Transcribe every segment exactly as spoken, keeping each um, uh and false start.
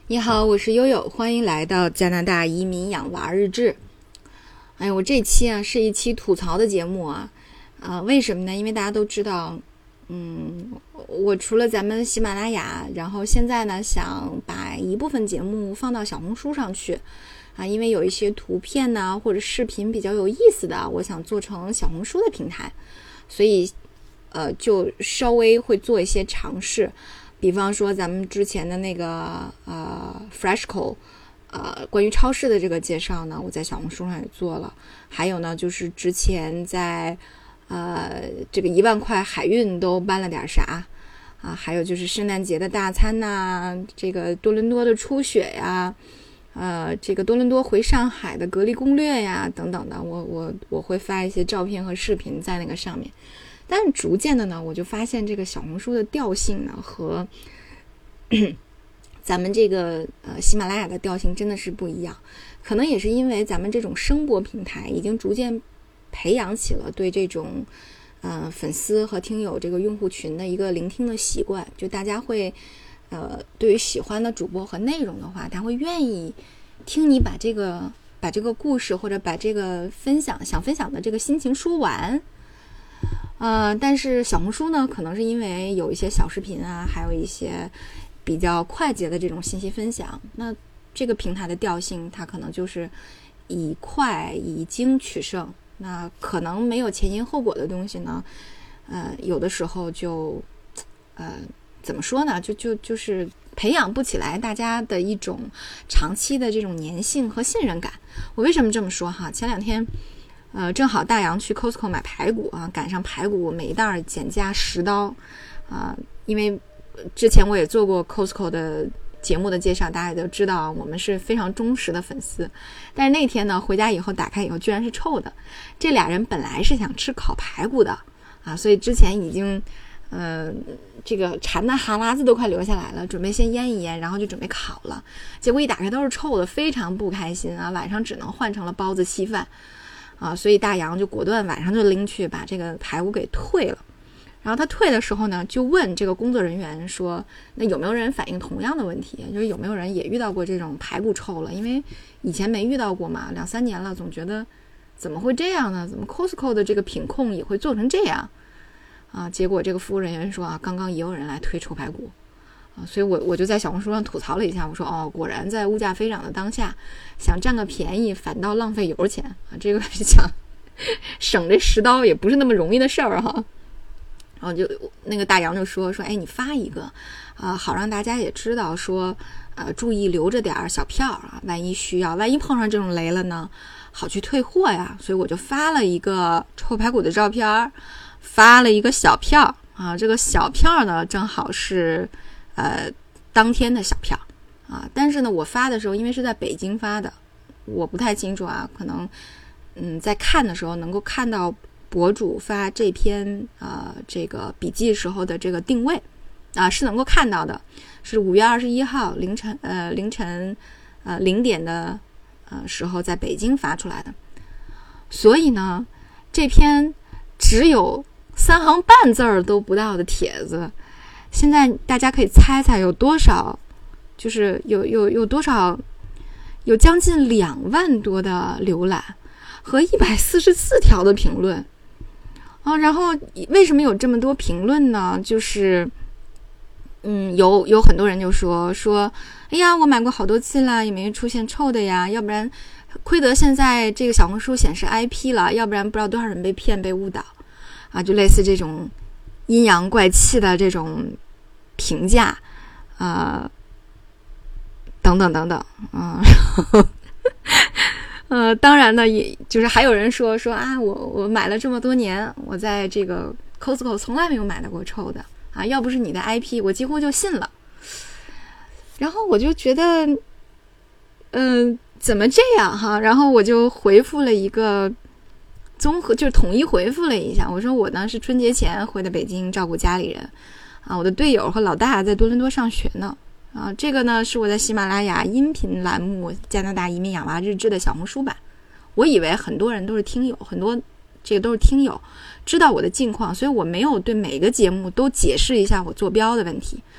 你好，我是悠悠，欢迎来到加拿大移民养娃日志。哎我这期啊是一期吐槽的节目啊，啊、呃，为什么呢？因为大家都知道，嗯，我除了咱们喜马拉雅，然后现在呢想把一部分节目放到小红书上去啊，因为有一些图片呢或者视频比较有意思的，我想做成小红书的平台，所以呃就稍微会做一些尝试。比方说咱们之前的那个呃 Freshco 呃关于超市的这个介绍呢，我在小红书上也做了。还有呢就是之前在呃这个一万块海运都搬了点啥啊，还有就是圣诞节的大餐呐，这个多伦多的初雪呀，呃这个多伦多回上海的隔离攻略呀等等的，我我我会发一些照片和视频在那个上面。但是逐渐的呢，我就发现这个小红书的调性呢和咱们这个呃喜马拉雅的调性真的是不一样。可能也是因为咱们这种声播平台已经逐渐培养起了对这种呃粉丝和听友这个用户群的一个聆听的习惯，就大家会呃对于喜欢的主播和内容的话，他会愿意听你把这个把这个故事或者把这个分享想分享的这个心情说完。呃，但是小红书呢，可能是因为有一些小视频啊，还有一些比较快捷的这种信息分享，那这个平台的调性它可能就是以快以精取胜，那可能没有前因后果的东西呢，呃，有的时候就呃怎么说呢，就就就是培养不起来大家的一种长期的这种粘性和信任感。我为什么这么说哈？前两天呃，正好大洋去 Costco 买排骨啊，赶上排骨每一袋减价十刀啊。因为之前我也做过 Costco 的节目的介绍，大家也都知道我们是非常忠实的粉丝。但是那天呢，回家以后打开以后居然是臭的。这俩人本来是想吃烤排骨的啊，所以之前已经呃这个馋的哈喇子都快流下来了，准备先腌一腌，然后就准备烤了。结果一打开都是臭的，非常不开心啊，晚上只能换成了包子稀饭。啊，所以大洋就果断晚上就拎去把这个排骨给退了。然后他退的时候呢，就问这个工作人员说，那有没有人反映同样的问题，就是有没有人也遇到过这种排骨臭了，因为以前没遇到过嘛，两三年了，总觉得怎么会这样呢，怎么 Costco 的这个品控也会做成这样啊？结果这个服务人员说啊，刚刚也有人来退臭排骨啊，所以我我就在小红书上吐槽了一下，我说哦，果然在物价飞涨的当下，想占个便宜反倒浪费油钱啊，这个想省这十刀也不是那么容易的事儿哈。然后就那个大洋就说说，哎，你发一个啊，好让大家也知道说，呃，注意留着点小票啊，万一需要，万一碰上这种雷了呢，好去退货呀。所以我就发了一个臭排骨的照片，发了一个小票啊，这个小票呢正好是呃，当天的小票啊，但是呢，我发的时候因为是在北京发的，我不太清楚啊，可能嗯，在看的时候能够看到博主发这篇呃这个笔记时候的这个定位啊，是能够看到的，是五月二十一号凌晨呃凌晨呃零点的呃时候在北京发出来的，所以呢，这篇只有三行半字儿都不到的帖子。现在大家可以猜猜有多少，就是有有有多少，有将近两万多的浏览和一百四十四条的评论啊。然后为什么有这么多评论呢？就是嗯，有有很多人就说说，哎呀，我买过好多次了，也没出现臭的呀，要不然亏得现在这个小红书显示 I P 了，要不然不知道多少人被骗被误导啊，就类似这种阴阳怪气的这种评价呃等等等等啊、呃，呃当然呢，也就是还有人说说啊，我我买了这么多年，我在这个 Costco 从来没有买到过臭的啊，要不是你的 I P 我几乎就信了。然后我就觉得嗯、呃、怎么这样哈，然后我就回复了一个综合，就是统一回复了一下，我说我呢是春节前回的北京照顾家里人啊，我的队友和老大在多伦多上学呢啊，这个呢是我在喜马拉雅音频栏目加拿大移民养娃日志的小红书版。我以为很多人都是听友，很多这个都是听友知道我的近况，所以我没有对每个节目都解释一下我坐标的问题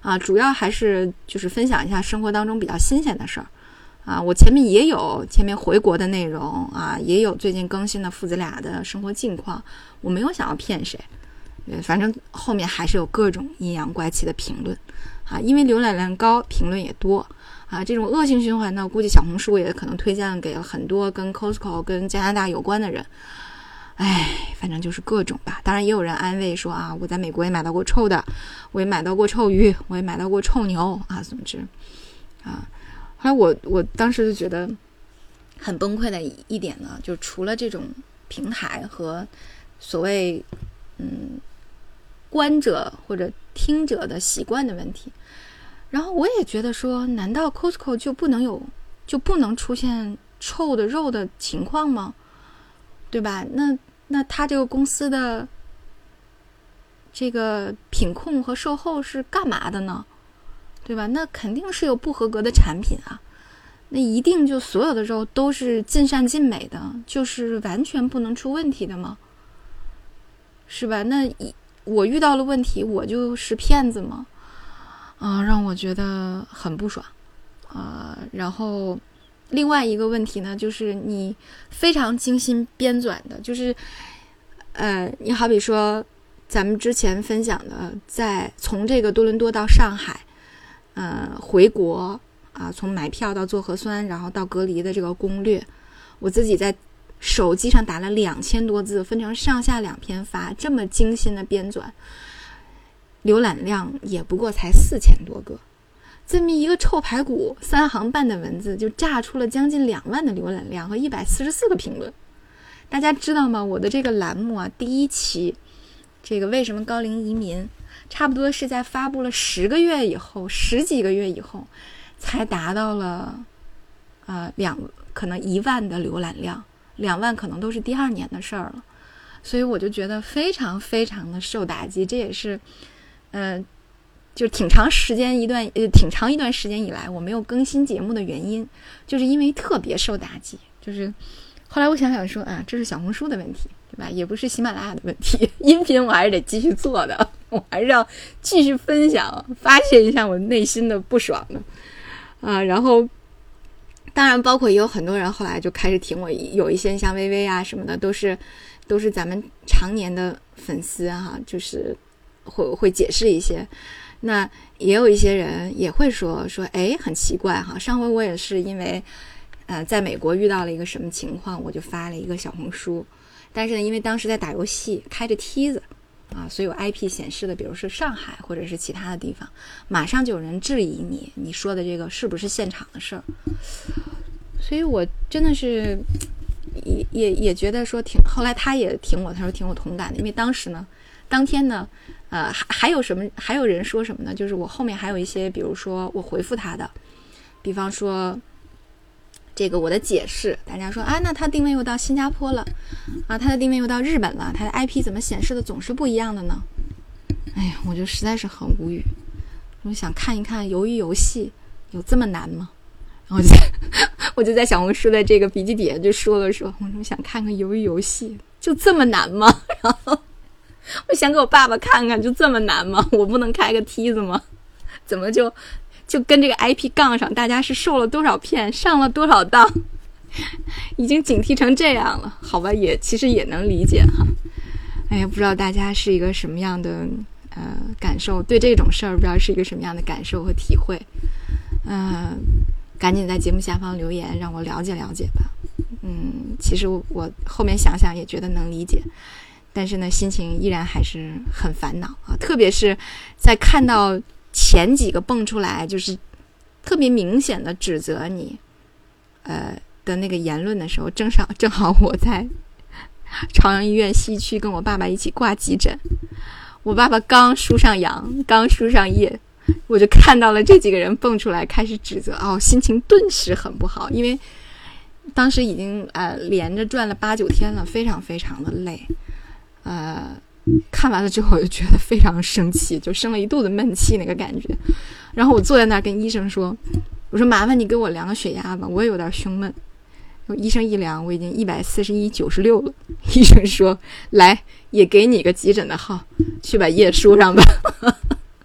啊，主要还是就是分享一下生活当中比较新鲜的事儿啊。我前面也有前面回国的内容啊，也有最近更新的父子俩的生活近况，我没有想要骗谁，反正后面还是有各种阴阳怪气的评论啊，因为浏览量高，评论也多啊，这种恶性循环呢，估计小红书也可能推荐给了很多跟 Costco 跟加拿大有关的人。哎，反正就是各种吧。当然也有人安慰说啊，我在美国也买到过臭的，我也买到过臭鱼，我也买到过臭牛啊，总之啊，后来我我当时就觉得很崩溃的一点呢，就除了这种平台和所谓嗯观者或者听者的习惯的问题，然后我也觉得说，难道 Costco 就不能有就不能出现臭的肉的情况吗？对吧？那那他这个公司的这个品控和售后是干嘛的呢？对吧？那肯定是有不合格的产品啊。那一定就所有的肉都是尽善尽美的，就是完全不能出问题的吗？是吧？那我遇到了问题，我就是骗子吗？啊，让我觉得很不爽啊。然后另外一个问题呢，就是你非常精心编纂的，就是呃，你好比说咱们之前分享的，在从这个多伦多到上海，呃，回国啊，从买票到做核酸，然后到隔离的这个攻略，我自己在手机上打了两千多字，分成上下两篇发，这么精心的编纂，浏览量也不过才四千多个。这么一个臭排骨三行半的文字就炸出了将近两万的浏览量和一百四十四个评论。大家知道吗？我的这个栏目啊，第一期这个为什么高龄移民，差不多是在发布了十个月以后，十几个月以后才达到了呃两可能一万的浏览量，两万可能都是第二年的事儿了。所以我就觉得非常非常的受打击，这也是呃就挺长时间一段呃挺长一段时间以来我没有更新节目的原因，就是因为特别受打击。就是后来我想想说啊，这是小红书的问题，对吧？也不是喜马拉雅的问题，音频我还是得继续做的，我还是要继续分享，发泄一下我内心的不爽的啊。然后当然包括也有很多人后来就开始听我，有一些像微微啊什么的，都是都是咱们常年的粉丝哈、啊，就是会会解释一些。那也有一些人也会说说，哎，很奇怪哈，上回我也是因为，呃，在美国遇到了一个什么情况，我就发了一个小红书，但是呢，因为当时在打游戏，开着梯子啊，所以有 I P 显示的，比如是上海或者是其他的地方，马上就有人质疑你，你说的这个是不是现场的事儿？所以我真的是也也也觉得说挺，后来他也挺我，他说挺有同感的，因为当时呢，当天呢。呃，还还有什么？还有人说什么呢？就是我后面还有一些，比如说我回复他的，比方说这个我的解释，大家说啊，那他定位又到新加坡了，啊，他的定位又到日本了，他的 I P 怎么显示的总是不一样的呢？哎呀，我就实在是很无语。我想看一看鱿鱼游戏有这么难吗？然后我就在我就在小红书的这个笔记底下就说了说，我说想看看鱿鱼游戏就这么难吗？然后。我想给我爸爸看看，就这么难吗？我不能开个梯子吗？怎么就就跟这个 I P 杠上，大家是受了多少骗，上了多少当，已经警惕成这样了？好吧，也其实也能理解哈。哎呀，不知道大家是一个什么样的呃感受，对这种事儿不知道是一个什么样的感受和体会。嗯、呃，赶紧在节目下方留言，让我了解了解吧。嗯，其实我我后面想想也觉得能理解。但是呢，心情依然还是很烦恼啊！特别是在看到前几个蹦出来，就是特别明显的指责你，呃的那个言论的时候，正好正好我在朝阳医院西区跟我爸爸一起挂急诊，我爸爸刚输上氧，刚输上液，我就看到了这几个人蹦出来开始指责，哦，心情顿时很不好，因为当时已经呃连着转了八九天了，非常非常的累。呃，看完了之后我就觉得非常生气，就生了一肚子闷气那个感觉。然后我坐在那儿跟医生说，我说麻烦你给我量个血压吧，我也有点胸闷。医生一量，我已经一百四十一九十六了。医生说，来，也给你个急诊的号，去把液输上吧。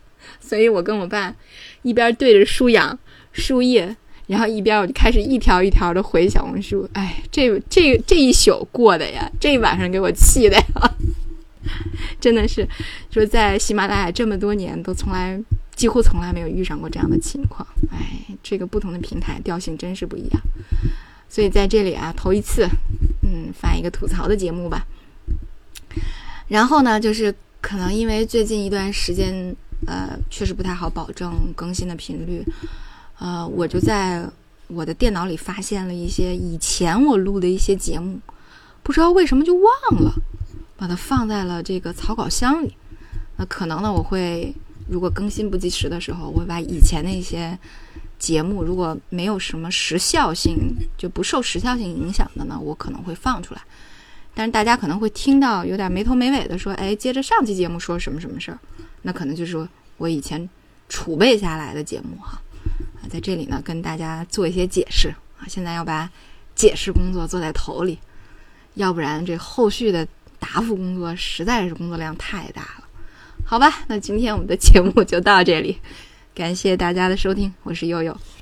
所以我跟我爸一边对着书养书页，然后一边我就开始一条一条的回小红书。哎，这这这一宿过的呀，这一晚上给我气的呀，真的是说在喜马拉雅这么多年都从来几乎从来没有遇上过这样的情况。哎，这个不同的平台调性真是不一样。所以在这里啊，头一次嗯发一个吐槽的节目吧。然后呢，就是可能因为最近一段时间呃确实不太好保证更新的频率，呃我就在我的电脑里发现了一些以前我录的一些节目，不知道为什么就忘了把它放在了这个草稿箱里。那可能呢，我会如果更新不及时的时候，我会把以前的一些节目，如果没有什么时效性，就不受时效性影响的呢，我可能会放出来。但是大家可能会听到有点没头没尾的说，哎，接着上期节目说什么什么事儿，那可能就是我以前储备下来的节目哈。啊，在这里呢跟大家做一些解释啊，现在要把解释工作做在头里，要不然这后续的答复工作实在是工作量太大了。好吧，那今天我们的节目就到这里，感谢大家的收听，我是悠悠。